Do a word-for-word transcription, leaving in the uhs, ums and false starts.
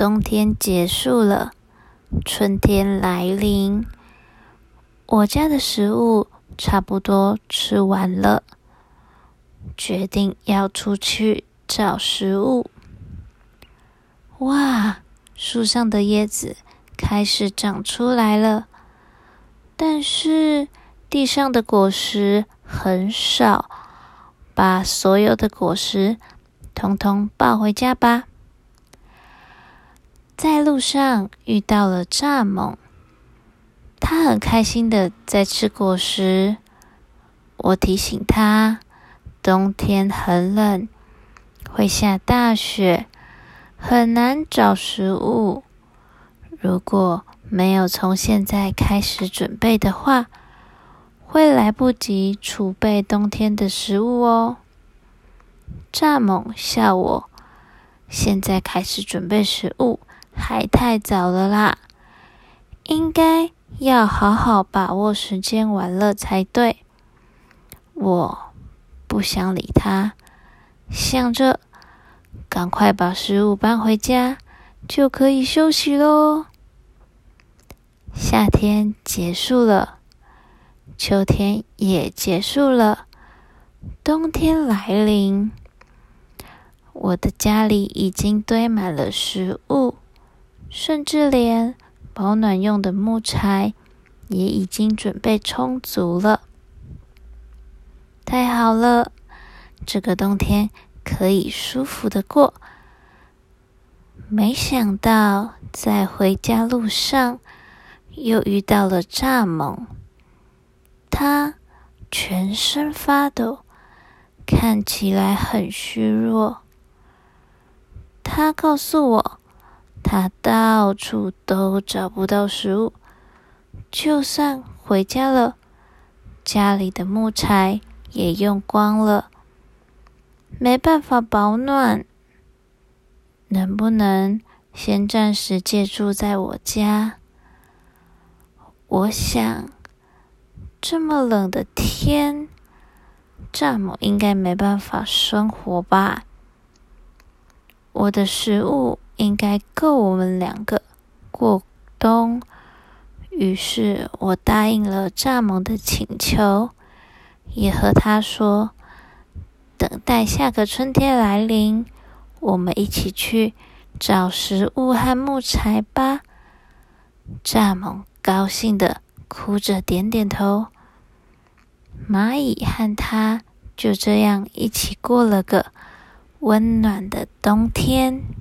冬天结束了，春天来临。我家的食物差不多吃完了，决定要出去找食物。哇，树上的叶子开始长出来了，但是地上的果实很少，把所有的果实统统抱回家吧。在路上遇到了蚱蜢，他很开心的在吃果实。我提醒他，冬天很冷，会下大雪，很难找食物。如果没有从现在开始准备的话，会来不及储备冬天的食物哦。蚱蜢笑我，现在开始准备食物还太早了啦，应该要好好把握时间玩乐才对。我不想理他，想着赶快把食物搬回家，就可以休息咯。夏天结束了，秋天也结束了，冬天来临。我的家里已经堆满了食物，甚至连保暖用的木材也已经准备充足了。太好了，这个冬天可以舒服的过。没想到在回家路上又遇到了蚱蜢，它全身发抖，看起来很虚弱。它告诉我，它到处都找不到食物，就算回家了，家里的木材也用光了，没办法保暖。能不能先暂时借住在我家？我想，这么冷的天，蚱蜢应该没办法生活吧？我的食物应该够我们两个过冬。于是我答应了蚱蜢的请求，也和他说，等待下个春天来临，我们一起去找食物和木材吧。蚱蜢高兴地哭着点点头。蚂蚁和他就这样一起过了个温暖的冬天。